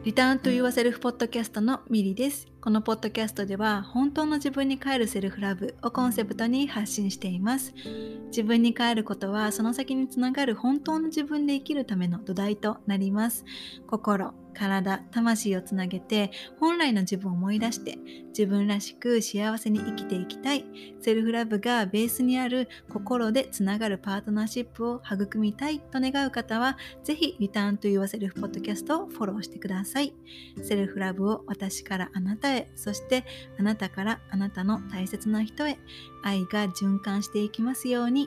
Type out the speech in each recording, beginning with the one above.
リターントゥユアセルフポッドキャストのミリです。このポッドキャストでは本当の自分に帰るセルフラブをコンセプトに発信しています。自分に帰ることはその先につながる本当の自分で生きるための土台となります。心、体、魂をつなげて本来の自分を思い出して自分らしく幸せに生きていきたい。セルフラブがベースにある心でつながるパートナーシップを育みたいと願う方はぜひリターントゥユアセルフポッドキャストをフォローしてください。セルフラブを私からあなたへ、そしてあなたからあなたの大切な人へ、愛が循環していきますように。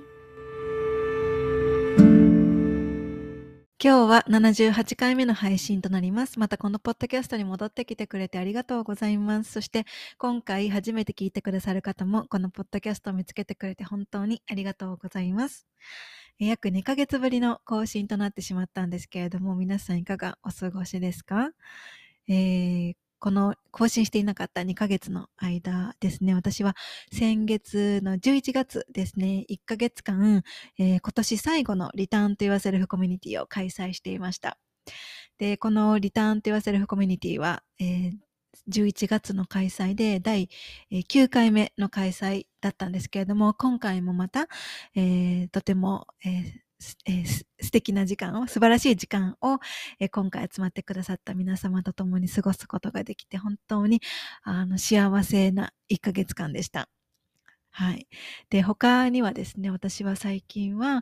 今日は78回目の配信となります。またこのポッドキャストに戻ってきてくれてありがとうございます。そして今回初めて聞いてくださる方もこのポッドキャストを見つけてくれて本当にありがとうございます。約2ヶ月ぶりの更新となってしまったんですけれども、皆さんいかがお過ごしですか？この更新していなかった2ヶ月の間ですね、私は先月の11月ですね、1ヶ月間、今年最後のリターンと言わせるフコミュニティを開催していました。で、このリターンと言わせるフコミュニティは、11月の開催で第9回目の開催だったんですけれども、今回もまた、とても、素敵な時間を、素晴らしい時間を、今回集まってくださった皆様と共に過ごすことができて、本当に幸せな1ヶ月間でした。はい。で、他にはですね、私は最近は、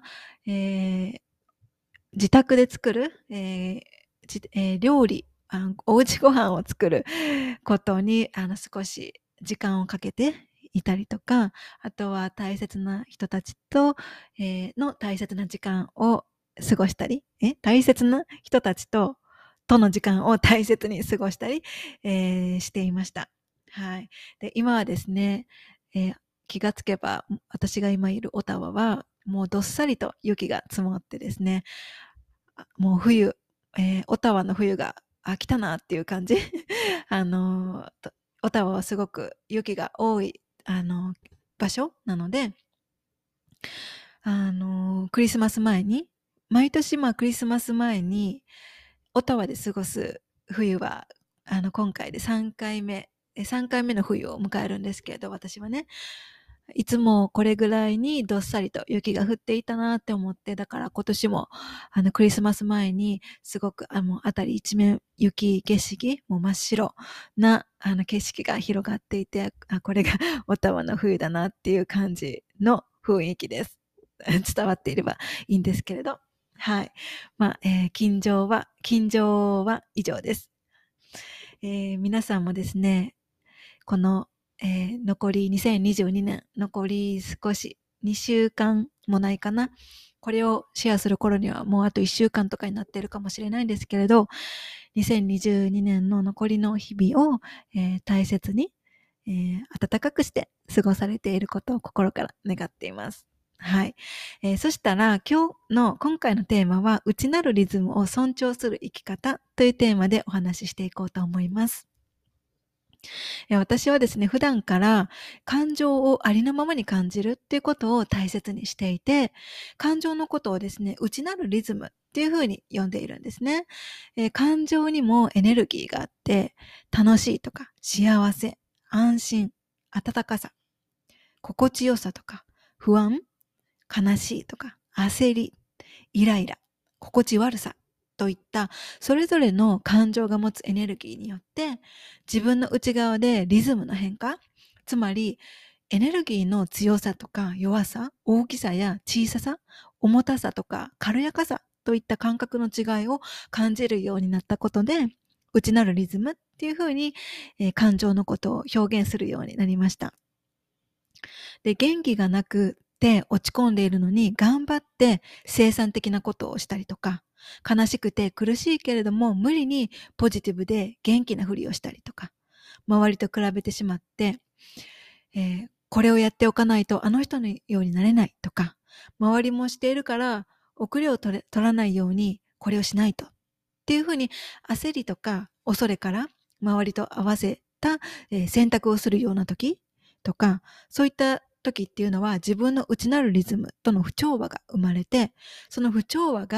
自宅で作る、料理、おうちご飯を作ることに少し時間をかけていたりとか、あとは大切な人たちと、の大切な時間を過ごしたり、大切な人たちとの時間を大切に過ごしたり、していました。はい。で、今はですね、気がつけば私が今いるオタワはもうどっさりと雪が積もってですね、もう冬、オタワの冬が来たなっていう感じオタワはすごく雪が多い場所なので、クリスマス前に毎年クリスマス前にオタワで過ごす冬は今回で3回目の冬を迎えるんですけれど、私はね、いつもこれぐらいにどっさりと雪が降っていたなって思って、だから今年もクリスマス前にすごく辺り一面雪景色、もう真っ白な景色が広がっていて、これがオタワの冬だなっていう感じの雰囲気です。伝わっていればいいんですけれど。はい。近況は以上です。皆さんもですね、この、残り2022年、残り少し2週間もないかな。これをシェアする頃にはもうあと1週間とかになっているかもしれないんですけれど、2022年の残りの日々を、大切に、温かくして過ごされていることを心から願っています。はい。そしたら今回のテーマは内なるリズムを尊重する生き方というテーマでお話ししていこうと思います。私はですね、普段から感情をありのままに感じるっていうことを大切にしていて、感情のことをですね、内なるリズムっていうふうに呼んでいるんですね。感情にもエネルギーがあって、楽しいとか幸せ、安心、温かさ、心地よさとか不安、悲しいとか焦り、イライラ、心地悪さといったそれぞれの感情が持つエネルギーによって自分の内側でリズムの変化、つまりエネルギーの強さとか弱さ、大きさや小ささ、重たさとか軽やかさといった感覚の違いを感じるようになったことで、内なるリズムっていうふうに、感情のことを表現するようになりました。で、元気がなくて落ち込んでいるのに頑張って生産的なことをしたりとか、悲しくて苦しいけれども無理にポジティブで元気なふりをしたりとか、周りと比べてしまって、これをやっておかないとあの人のようになれないとか、周りもしているから遅れを取らないようにこれをしないとっていうふうに焦りとか恐れから周りと合わせた、選択をするような時とか、そういった時っていうのは自分の内なるリズムとの不調和が生まれて、その不調和が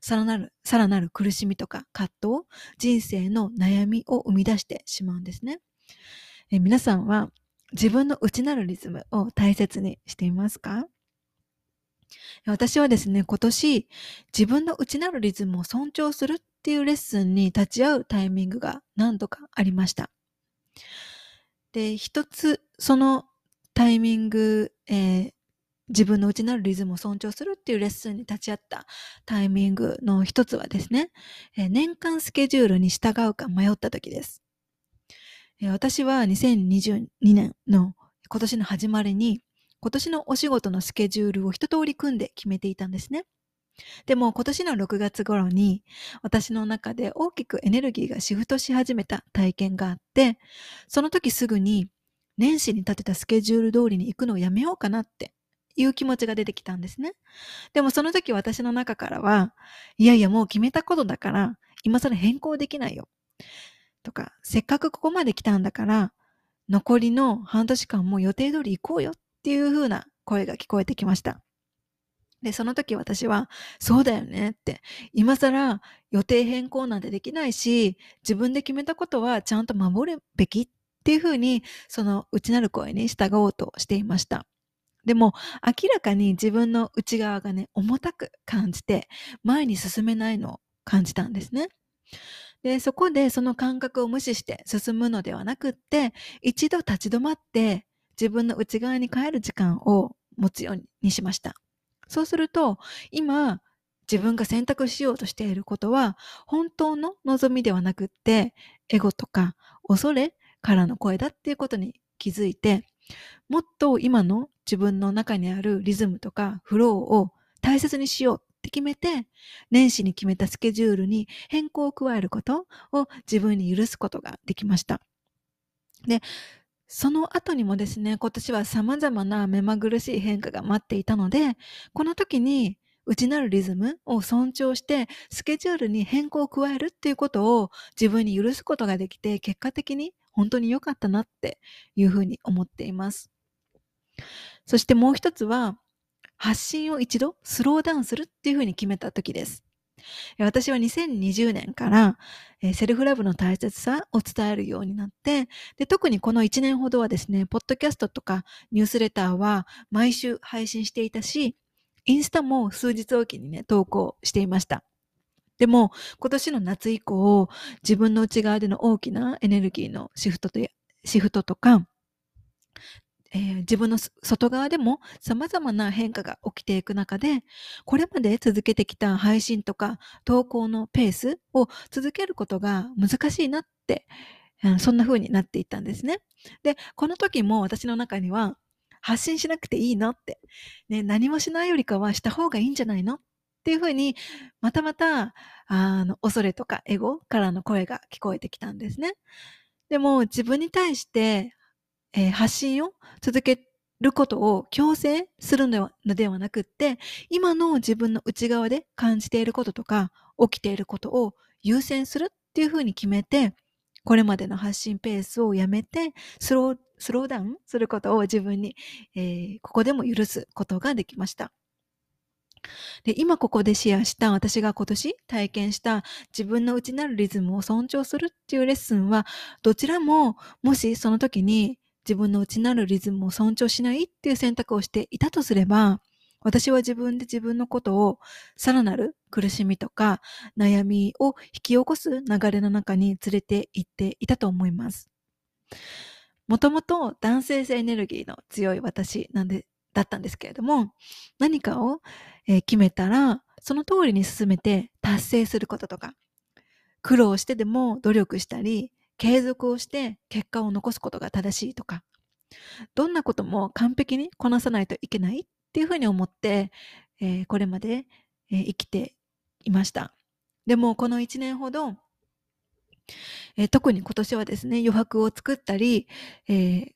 さらなる苦しみとか葛藤、人生の悩みを生み出してしまうんですね。皆さんは自分の内なるリズムを大切にしていますか？私はですね、今年自分の内なるリズムを尊重するっていうレッスンに立ち会うタイミングが何度かありました。で、一つそのタイミング、自分の内なるリズムを尊重するっていうレッスンに立ち会ったタイミングの一つはですね、年間スケジュールに従うか迷った時です。私は2022年の今年の始まりに、今年のお仕事のスケジュールを一通り組んで決めていたんですね。でも今年の6月頃に私の中で大きくエネルギーがシフトし始めた体験があって、その時すぐに年始に立てたスケジュール通りに行くのをやめようかなっていう気持ちが出てきたんですね。でもその時私の中からは、いやいやもう決めたことだから今更変更できないよとか、せっかくここまで来たんだから残りの半年間も予定通り行こうよっていう風な声が聞こえてきました。で、その時私は、そうだよねって、今更予定変更なんてできないし、自分で決めたことはちゃんと守るべきっていうふうに、その内なる声に従おうとしていました。でも、明らかに自分の内側がね、重たく感じて、前に進めないのを感じたんですね。で、そこでその感覚を無視して進むのではなくって、一度立ち止まって、自分の内側に帰る時間を持つようにしました。そうすると、今、自分が選択しようとしていることは、本当の望みではなくって、エゴとか恐れからの声だっていうことに気づいて、もっと今の自分の中にあるリズムとかフローを大切にしようって決めて、年始に決めたスケジュールに変更を加えることを自分に許すことができました。で、その後にもですね、今年は様々な目まぐるしい変化が待っていたので、この時に内なるリズムを尊重してスケジュールに変更を加えるっていうことを自分に許すことができて、結果的に本当に良かったなっていうふうに思っています。そしてもう一つは、発信を一度スローダウンするっていうふうに決めた時です。私は2020年から、セルフラブの大切さを伝えるようになって、で、特にこの1年ほどはですね、ポッドキャストとかニュースレターは毎週配信していたし、インスタも数日おきにね、投稿していました。でも、今年の夏以降、自分の内側での大きなエネルギーのシフトとか、自分の外側でも様々な変化が起きていく中で、これまで続けてきた配信とか投稿のペースを続けることが難しいなって、そんな風になっていったんですね。で、この時も私の中には、発信しなくていいのって、ね、何もしないよりかはした方がいいんじゃないのっていう風に、またまた、恐れとかエゴからの声が聞こえてきたんですね。でも自分に対して発信を続けることを強制するのではなくって、今の自分の内側で感じていることとか、起きていることを優先するっていうふうに決めて、これまでの発信ペースをやめて、スローダウンすることを自分に、ここでも許すことができました。で、今ここでシェアした私が今年体験した自分の内なるリズムを尊重するっていうレッスンは、どちらももしその時に自分の内なるリズムを尊重しないっていう選択をしていたとすれば、私は自分で自分のことをさらなる苦しみとか悩みを引き起こす流れの中に連れて行っていたと思います。もともと男性性エネルギーの強い私だったんですけれども、何かを、決めたら、その通りに進めて達成することとか、苦労してでも努力したり、継続をして結果を残すことが正しいとか、どんなことも完璧にこなさないといけないっていうふうに思って、これまで、生きていました。でもこの1年ほど、特に今年はですね、余白を作ったり、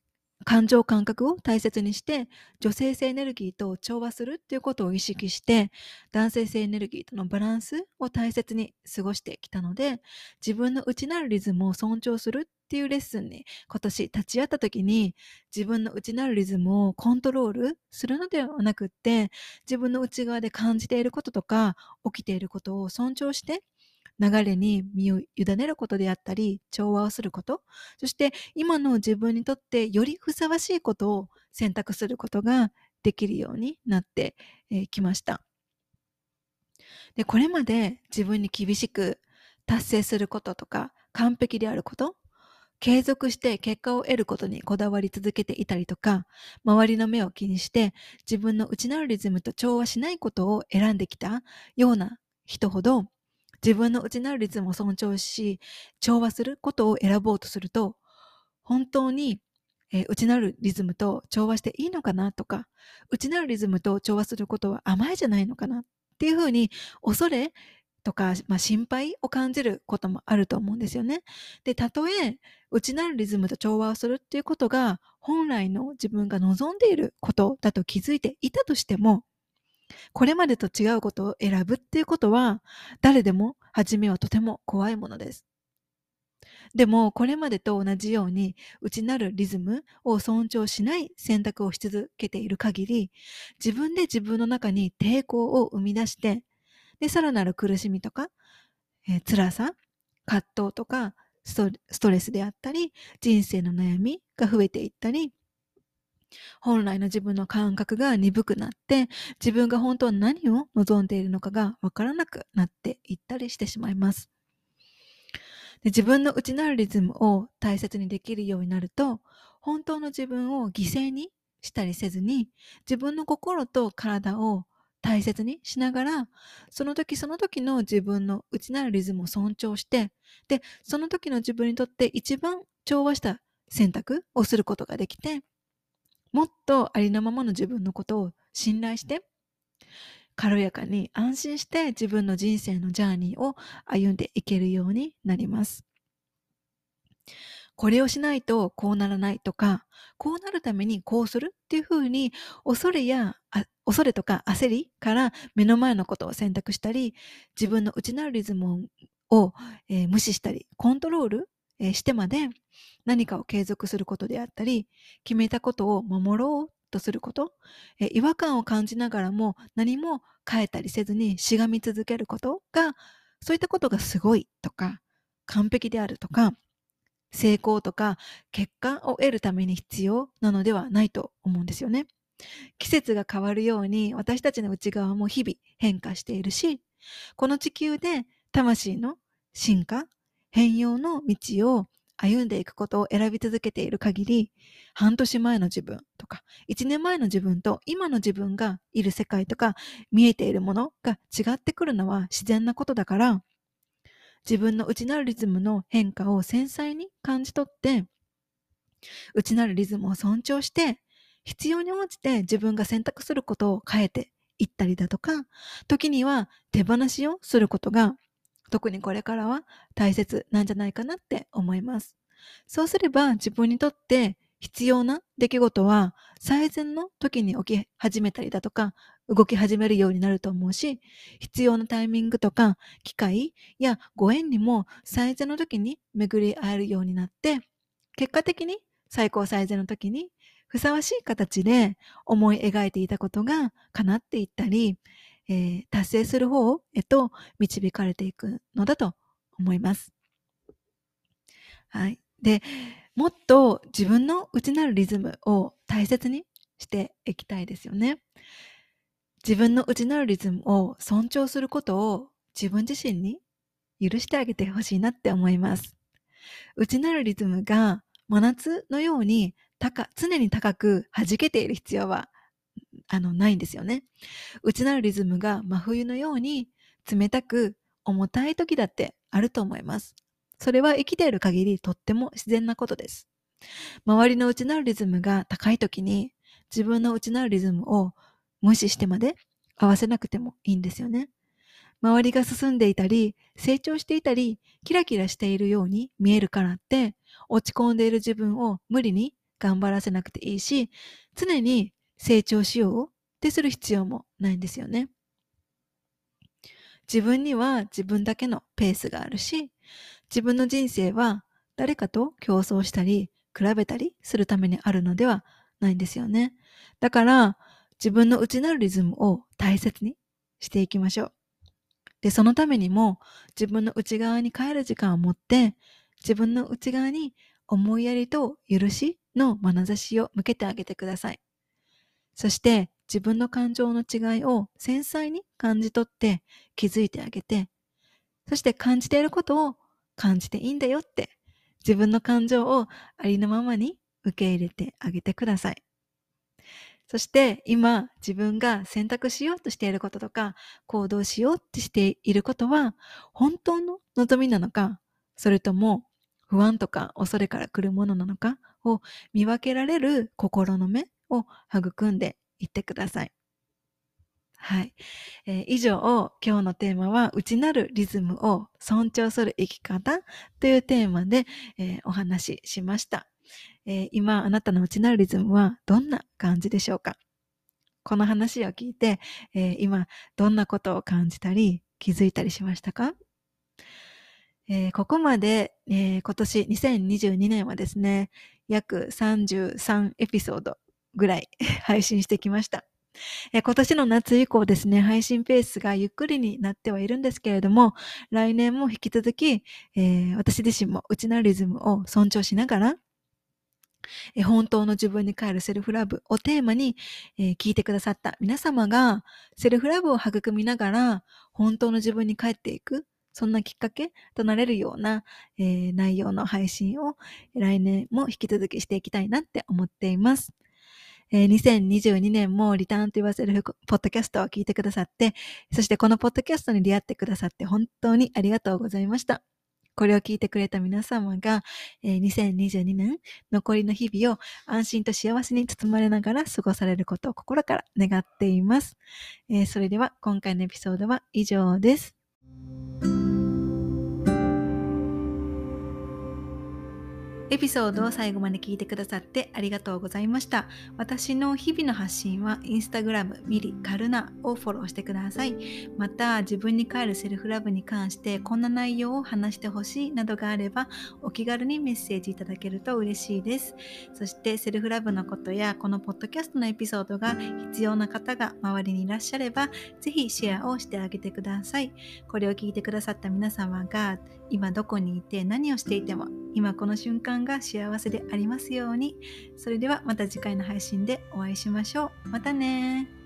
感情感覚を大切にして、女性性エネルギーと調和するっていうことを意識して、男性性エネルギーとのバランスを大切に過ごしてきたので、自分の内なるリズムを尊重するっていうレッスンに今年立ち会った時に、自分の内なるリズムをコントロールするのではなくって、自分の内側で感じていることとか起きていることを尊重して流れに身を委ねることであったり、調和をすること、そして今の自分にとってよりふさわしいことを選択することができるようになってきました。で、これまで自分に厳しく達成することとか完璧であること、継続して結果を得ることにこだわり続けていたりとか、周りの目を気にして自分の内なるリズムと調和しないことを選んできたような人ほど、自分の内なるリズムを尊重し、調和することを選ぼうとすると、本当に、内なるリズムと調和していいのかなとか、内なるリズムと調和することは甘いじゃないのかなっていうふうに、恐れとか、心配を感じることもあると思うんですよね。で、たとえ内なるリズムと調和をするっていうことが本来の自分が望んでいることだと気づいていたとしても、これまでと違うことを選ぶっていうことは、誰でも初めはとても怖いものです。でも、これまでと同じように内なるリズムを尊重しない選択をし続けている限り、自分で自分の中に抵抗を生み出して、で、さらなる苦しみとか、辛さ、葛藤とかストレスであったり、人生の悩みが増えていったり、本来の自分の感覚が鈍くなって、自分が本当は何を望んでいるのかがわからなくなっていったりしてしまいます。で、自分の内なるリズムを大切にできるようになると、本当の自分を犠牲にしたりせずに、自分の心と体を大切にしながら、その時その時の自分の内なるリズムを尊重して、で、その時の自分にとって一番調和した選択をすることができて、もっとありのままの自分のことを信頼して、軽やかに安心して自分の人生のジャーニーを歩んでいけるようになります。これをしないとこうならないとか、こうなるためにこうするっていうふうに、恐れとか焦りから目の前のことを選択したり、自分の内なるリズムを、無視したり、コントロール、してまで何かを継続することであったり、決めたことを守ろうとすること、違和感を感じながらも何も変えたりせずにしがみ続けることが、そういったことがすごいとか、完璧であるとか、成功とか結果を得るために必要なのではないと思うんですよね。季節が変わるように私たちの内側も日々変化しているし、この地球で魂の進化、変容の道を歩んでいくことを選び続けている限り、半年前の自分とか、1年前の自分と今の自分がいる世界とか見えているものが違ってくるのは自然なことだから、自分の内なるリズムの変化を繊細に感じ取って、内なるリズムを尊重して、必要に応じて自分が選択することを変えていったりだとか、時には手放しをすることが、特にこれからは大切なんじゃないかなって思います。そうすれば自分にとって必要な出来事は最善の時に起き始めたりだとか、動き始めるようになると思うし、必要なタイミングとか機会やご縁にも最善の時に巡り合えるようになって、結果的に最高最善の時にふさわしい形で思い描いていたことが叶っていったり、達成する方へと導かれていくのだと思います。はい。で、もっと自分の内なるリズムを大切にしていきたいですよね。自分の内なるリズムを尊重することを自分自身に許してあげてほしいなって思います。内なるリズムが真夏のように常に高く弾けている必要はないんですよね。内なるリズムが真冬のように冷たく重たい時だってあると思います。それは生きている限りとっても自然なことです。周りの内なるリズムが高い時に自分の内なるリズムを無視してまで合わせなくてもいいんですよね。周りが進んでいたり、成長していたり、キラキラしているように見えるからって、落ち込んでいる自分を無理に頑張らせなくていいし、常に成長しようってする必要もないんですよね。自分には自分だけのペースがあるし、自分の人生は誰かと競争したり比べたりするためにあるのではないんですよね。だから自分の内なるリズムを大切にしていきましょう。で、そのためにも自分の内側に帰る時間を持って、自分の内側に思いやりと許しの眼差しを向けてあげてください。そして自分の感情の違いを繊細に感じ取って気づいてあげて、そして感じていることを感じていいんだよって、自分の感情をありのままに受け入れてあげてください。そして今自分が選択しようとしていることとか行動しようとしていることは本当の望みなのか、それとも不安とか恐れから来るものなのかを見分けられる心の目を育んでいってください。はい。以上、今日のテーマは内なるリズムを尊重する生き方というテーマで、お話ししました。今あなたの内なるリズムはどんな感じでしょうか？この話を聞いて、今どんなことを感じたり気づいたりしましたか？ここまで、今年2022年はですね、約33エピソードぐらい配信してきました。今年の夏以降ですね、配信ペースがゆっくりになってはいるんですけれども、来年も引き続き、私自身も内なるリズムを尊重しながら、本当の自分に帰るセルフラブをテーマに、聞いてくださった皆様がセルフラブを育みながら本当の自分に帰っていく、そんなきっかけとなれるような、内容の配信を来年も引き続きしていきたいなって思っています。2022年もリターンと言わせるポッドキャストを聞いてくださって、そしてこのポッドキャストに出会ってくださって本当にありがとうございました。これを聞いてくれた皆様が、2022年残りの日々を安心と幸せに包まれながら過ごされることを心から願っています。それでは今回のエピソードは以上です。エピソードを最後まで聞いてくださってありがとうございました。私の日々の発信はインスタグラムミリカルナをフォローしてください。また自分に帰るセルフラブに関してこんな内容を話してほしいなどがあればお気軽にメッセージいただけると嬉しいです。そしてセルフラブのことやこのポッドキャストのエピソードが必要な方が周りにいらっしゃればぜひシェアをしてあげてください。これを聞いてくださった皆様が今どこにいて何をしていても今この瞬間が幸せでありますように。それではまた次回の配信でお会いしましょう。またね。